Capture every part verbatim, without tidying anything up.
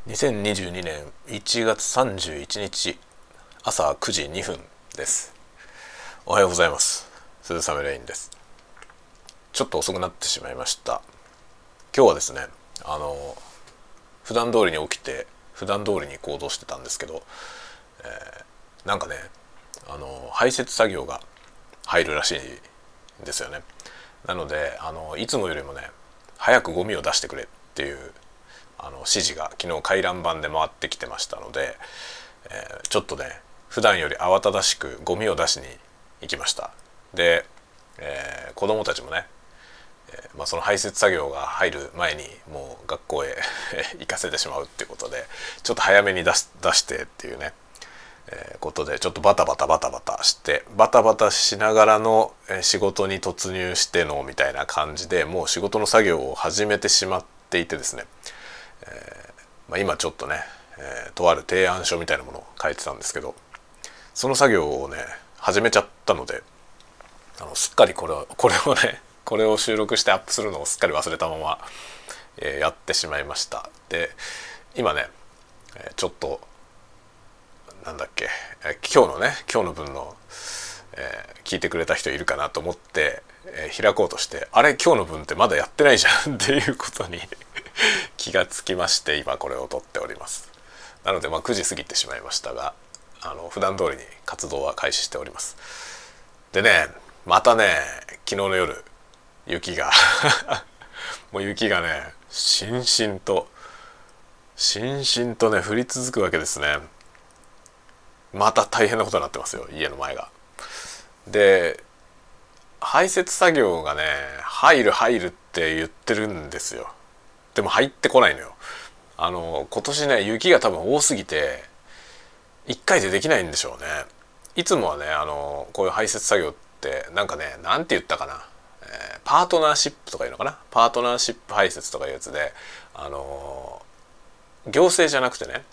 にせんにじゅうにねんいちがつさんじゅういちにち朝くじにふんです。おはようございます。鈴雨レインです。ちょっと遅くなってしまいました。今日はですね、あの普段通りに起きて普段通りに行動してたんですけど、えー、なんかねあの排泄作業が入るらしいんですよね。なのであのいつもよりもね早くゴミを出してくれっていうあの指示が昨日回覧板で回ってきてましたので、えー、ちょっとね普段より慌ただしくゴミを出しに行きました。で、えー、子供たちもね、えーまあ、その排泄作業が入る前にもう学校へ行かせてしまうっていうことで、ちょっと早めに出し、出してっていうね、えー、ことでちょっとバタバタバタバタしてバタバタしながらの仕事に突入してのみたいな感じで、もう仕事の作業を始めてしまっていてですね、えーまあ、今ちょっとね、えー、とある提案書みたいなものを書いてたんですけど、その作業をね始めちゃったので、あのすっかりこれをこれをねこれを収録してアップするのをすっかり忘れたまま、えー、やってしまいました。で今ねちょっとなんだっけ今日のね今日の分の、えー、聞いてくれた人いるかなと思って、えー、開こうとして、あれ今日の分ってまだやってないじゃんっていうことに気がつきまして、今これを撮っております。なのでまあくじ過ぎてしまいましたが、あの普段通りに活動は開始しております。でねまたね昨日の夜雪がもう雪がねしんしんとしんしんとね降り続くわけですね。また大変なことになってますよ、家の前が。で排泄作業がね入る入るって言ってるんですよ。でも入ってこないのよ。あの今年ね雪が多分多すぎていっかいでできないんでしょうね。いつもはねあのこういう排泄作業ってなんかねなんて言ったかな、えー、パートナーシップとかいうのかな、パートナーシップ排泄とかいうやつで、あの行政じゃなくてね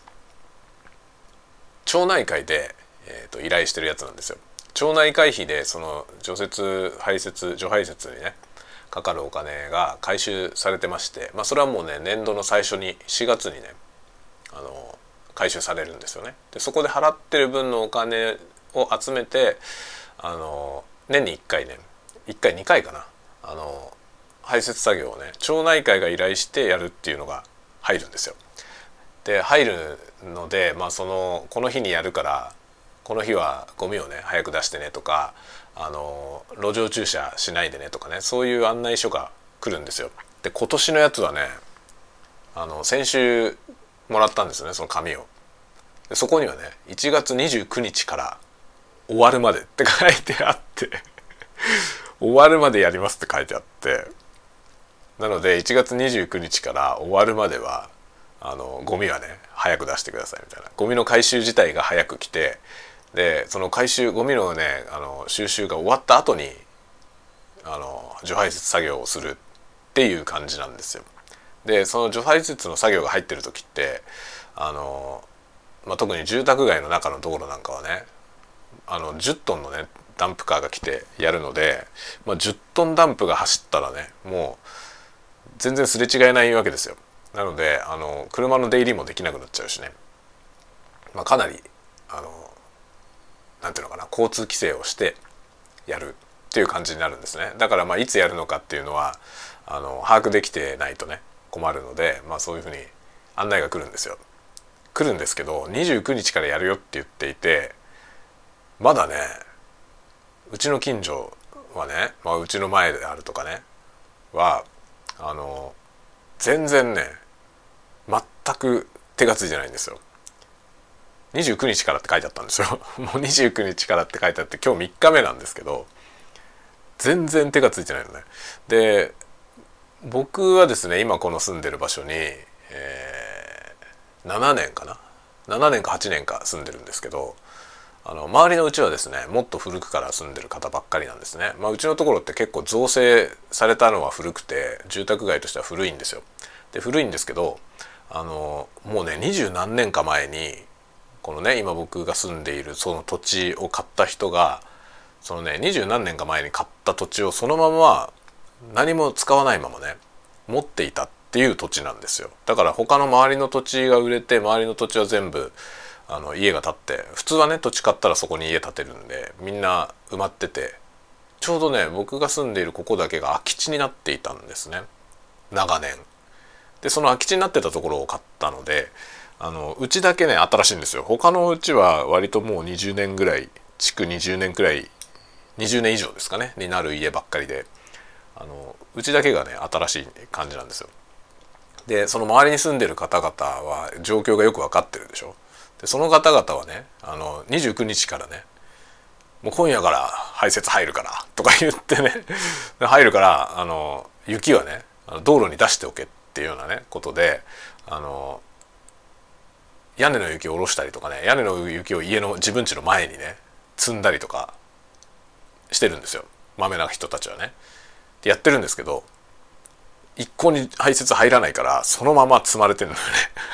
町内会で、えー、と依頼してるやつなんですよ。町内会費でその除雪排泄除排泄にねかかるお金が回収されてまして、まあ、それはもうね年度の最初にしがつにねあの回収されるんですよね。でそこで払ってる分のお金を集めて、あの年にいっかいねいっかいにかいかな、あの排泄作業をね町内会が依頼してやるっていうのが入るんですよ。で入るので、まあ、そのこの日にやるからこの日はゴミをね早く出してねとか、あの路上駐車しないでねとかね、そういう案内書が来るんですよ。で今年のやつはねあの先週もらったんですよね、その紙を。でそこにはねいちがつにじゅうくにちから終わるまでって書いてあって終わるまでやりますって書いてあって、なのでいちがつにじゅうくにちから終わるまではあのゴミはね早く出してくださいみたいな、ゴミの回収自体が早く来て、でその回収ゴミのねあの収集が終わった後にあの除排泄作業をするっていう感じなんですよ。でその除排泄の作業が入ってる時ってあの、まあ、特に住宅街の中の道路なんかはねあのじゅっトンのねダンプカーが来てやるので、まあ、じゅっトンダンプが走ったらねもう全然すれ違えないわけですよ。なのであの車の出入りもできなくなっちゃうしね、まあ、かなりあのなんていうのかな交通規制をしてやるっていう感じになるんですね。だからまあいつやるのかっていうのはあの把握できてないとね困るので、まあ、そういうふうに案内が来るんですよ。来るんですけどにじゅうくにちからやるよって言っていて、まだねうちの近所はね、まあ、うちの前であるとかねはあの全然ね全く手がついてないんですよ。にじゅうくにちからって書いてあったんですよもうにじゅうくにちからって書いてあって今日みっかめなんですけど全然手がついてないのね。で僕はですね今この住んでる場所に、えー、ななねんかなななねんかはちねんか住んでるんですけど、あの周りのうちはですねもっと古くから住んでる方ばっかりなんですね。まあ、うちのところって結構造成されたのは古くて住宅街としては古いんですよ。で古いんですけどあのもうね二十何年か前にこのね今僕が住んでいるその土地を買った人がそのね二十何年か前に買った土地をそのまま何も使わないままね持っていたっっていう土地なんですよ。だから他の周りの土地が売れて、周りの土地は全部あの家が建って、普通はね土地買ったらそこに家建てるんでみんな埋まってて、ちょうどね僕が住んでいるここだけが空き地になっていたんですね、長年。でその空き地になってたところを買ったので、あのうちだけね新しいんですよ。他のうちは割ともうにじゅうねんぐらい、築にじゅうねんくらい、にじゅうねん以上ですかねになる家ばっかりで、あのうちだけがね新しい感じなんですよ。でその周りに住んでる方々は状況がよく分かってるでしょ。でその方々はね、あのにじゅうくにちからね、もう今夜から排泄入るからとか言ってね入るからあの雪はね道路に出しておけっていうようなねことで、あの屋根の雪を下ろしたりとかね、屋根の雪を家の自分家の前にね積んだりとかしてるんですよ、まめな人たちはね。でやってるんですけど、一向に排泄入らないからそのまま積まれてるのよね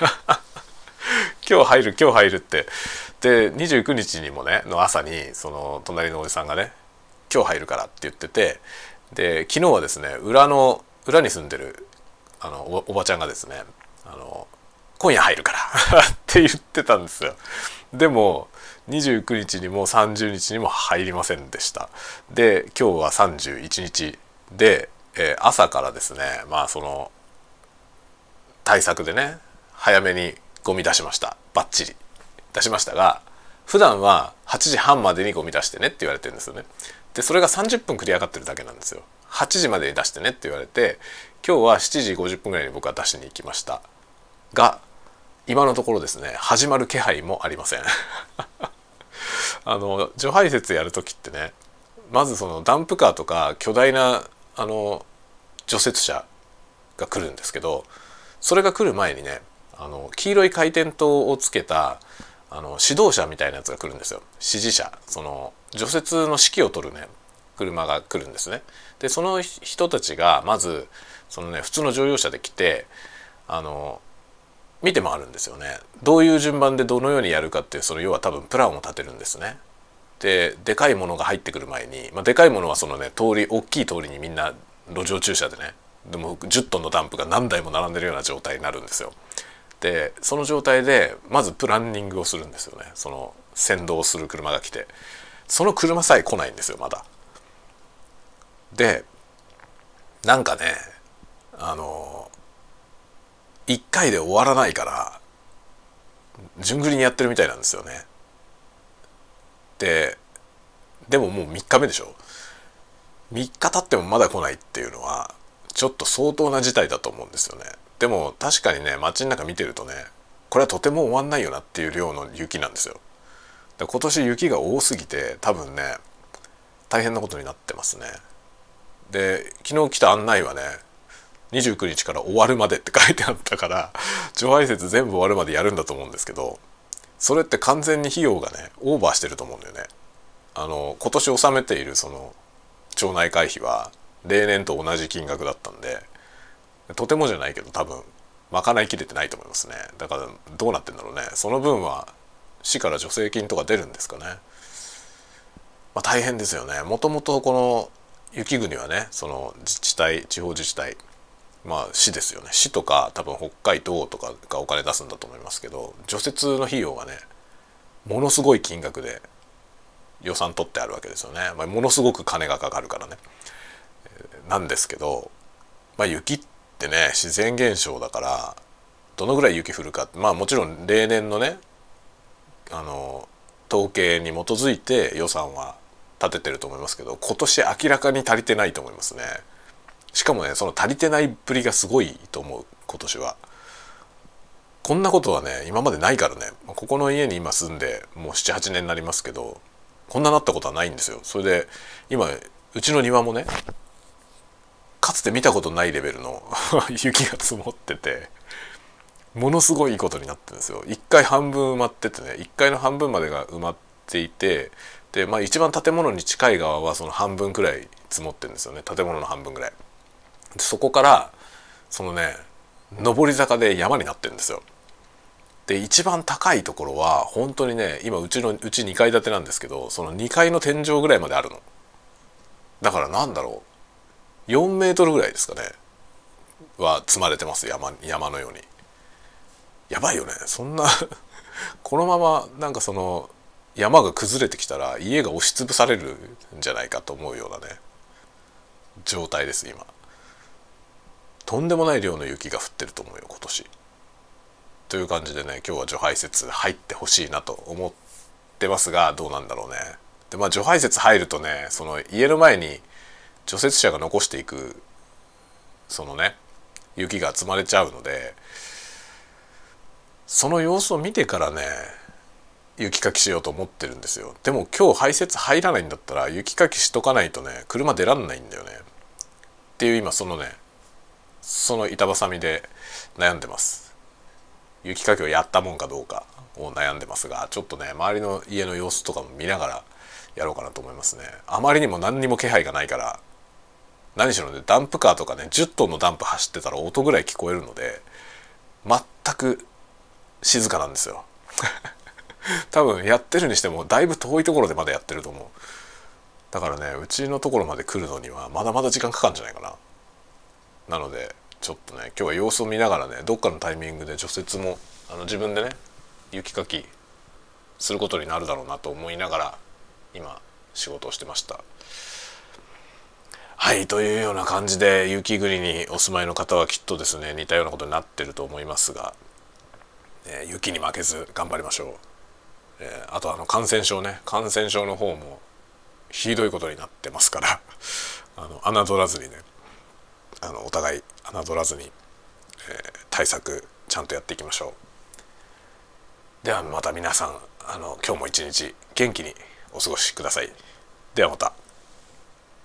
今日入る今日入るって。でにじゅうくにちにもねの朝にその隣のおじさんがね今日入るからって言ってて、で昨日はですね裏の裏に住んでるあの お, おばちゃんがですね、あの今夜入るからって言ってたんですよ。でもにじゅうくにちにもさんじゅうにちにも入りませんでした。で今日はさんじゅういちにちで、えー、朝からですね、まあその対策でね早めにゴミ出しました。バッチリ出しましたが、普段ははちじはんまでにゴミ出してねって言われてるんですよね。でそれがさんじゅっぷん繰り上がってるだけなんですよ。はちじまでに出してねって言われて、今日はしちじごじゅっぷんぐらいに僕は出しに行きましたが、今のところですね始まる気配もありませんあの除排泄やる時ってね、まずそのダンプカーとか巨大なあの除雪車が来るんですけど、それが来る前にねあの黄色い回転灯をつけたあの指導車みたいなやつが来るんですよ。指示車、その除雪の指揮を取るね車が来るんですね。でその人たちがまずそのね普通の乗用車で来て、あの見て回るんですよね。どういう順番でどのようにやるかっていう、その要は多分プランを立てるんですね。ででかいものが入ってくる前に、まあ、でかいものはそのね通り大きい通りにみんな路上駐車でね、でもじゅっトンのダンプが何台も並んでるような状態になるんですよ。でその状態でまずプランニングをするんですよね。その先導する車が来て、その車さえ来ないんですよまだ。でなんかねあのいっかいで終わらないから順繰りにやってるみたいなんですよね。ででももうみっかめでしょ。みっか経ってもまだ来ないっていうのはちょっと相当な事態だと思うんですよね。でも確かにね街の中見てるとね、これはとても終わんないよなっていう量の雪なんですよ。で今年雪が多すぎて多分ね大変なことになってますね。で昨日来た案内はねにじゅうくにちから終わるまでって書いてあったから除排泄全部終わるまでやるんだと思うんですけど、それって完全に費用がねオーバーしてると思うんだよね。あの今年納めているその町内会費は例年と同じ金額だったんで、とてもじゃないけど多分賄いきれてないと思いますね。だからどうなってんだろうね。その分は市から助成金とか出るんですかね。まあ、大変ですよね。もともとこの雪国はねその自治体地方自治体、まあ市ですよね。市とか多分北海道とかがお金出すんだと思いますけど、除雪の費用がねものすごい金額で予算取ってあるわけですよね。まあ、ものすごく金がかかるからね。なんですけど、まあ、雪ってね自然現象だからどのぐらい雪降るか、まあもちろん例年のねあの統計に基づいて予算は立ててると思いますけど、今年明らかに足りてないと思いますね。しかもねその足りてないっぷりがすごいと思う。今年はこんなことはね今までないからね。ここの家に今住んでもうななはちねんになりますけど、こんななったことはないんですよ。それで今うちの庭もねかつて見たことないレベルの雪が積もってて、ものすごいいいことになってるんですよ。いっかい半分埋まっててね、いっかいの半分までが埋まっていて、でまあ一番建物に近い側はその半分くらい積もってるんですよね。建物の半分くらいで、そこからそのね上り坂で山になってるんですよ。で一番高いところは本当にね今うちのうちにかい建てなんですけど、そのにかいの天井ぐらいまであるの。だからなんだろうよんメートルぐらいですかね。 は積まれてます。山山のように。やばいよねそんなこのままなんかその山が崩れてきたら家が押しつぶされるんじゃないかと思うようなね状態です今。とんでもない量の雪が降ってると思うよ今年。という感じでね、今日は除排雪入ってほしいなと思ってますが、どうなんだろうね。でまあ除排雪入るとね、その家の前に除雪車が残していくそのね雪が積まれちゃうので、その様子を見てからね雪かきしようと思ってるんですよ。でも今日排雪入らないんだったら雪かきしとかないとね車出らんないんだよねっていう、今そのねその板挟みで悩んでます。雪かきをやったもんかどうかを悩んでますが、ちょっとね周りの家の様子とかも見ながらやろうかなと思いますね。あまりにも何にも気配がないから、何しろねダンプカーとかねじゅっトンのダンプ走ってたら音ぐらい聞こえるので全く静かなんですよ多分やってるにしてもだいぶ遠いところでまだやってると思う。だからねうちのところまで来るのにはまだまだ時間かかるんじゃないかな。なのでちょっとね今日は様子を見ながらね、どっかのタイミングで除雪もあの自分でね雪かきすることになるだろうなと思いながら今仕事をしてました。はい、というような感じで雪国にお住まいの方はきっとですね似たようなことになってると思いますが、えー、雪に負けず頑張りましょう。えー、あとあの感染症ね感染症の方もひどいことになってますからあの侮らずにねあのお互い侮らずに、えー、対策ちゃんとやっていきましょう。ではまた皆さんあの今日も一日元気にお過ごしください。ではまた。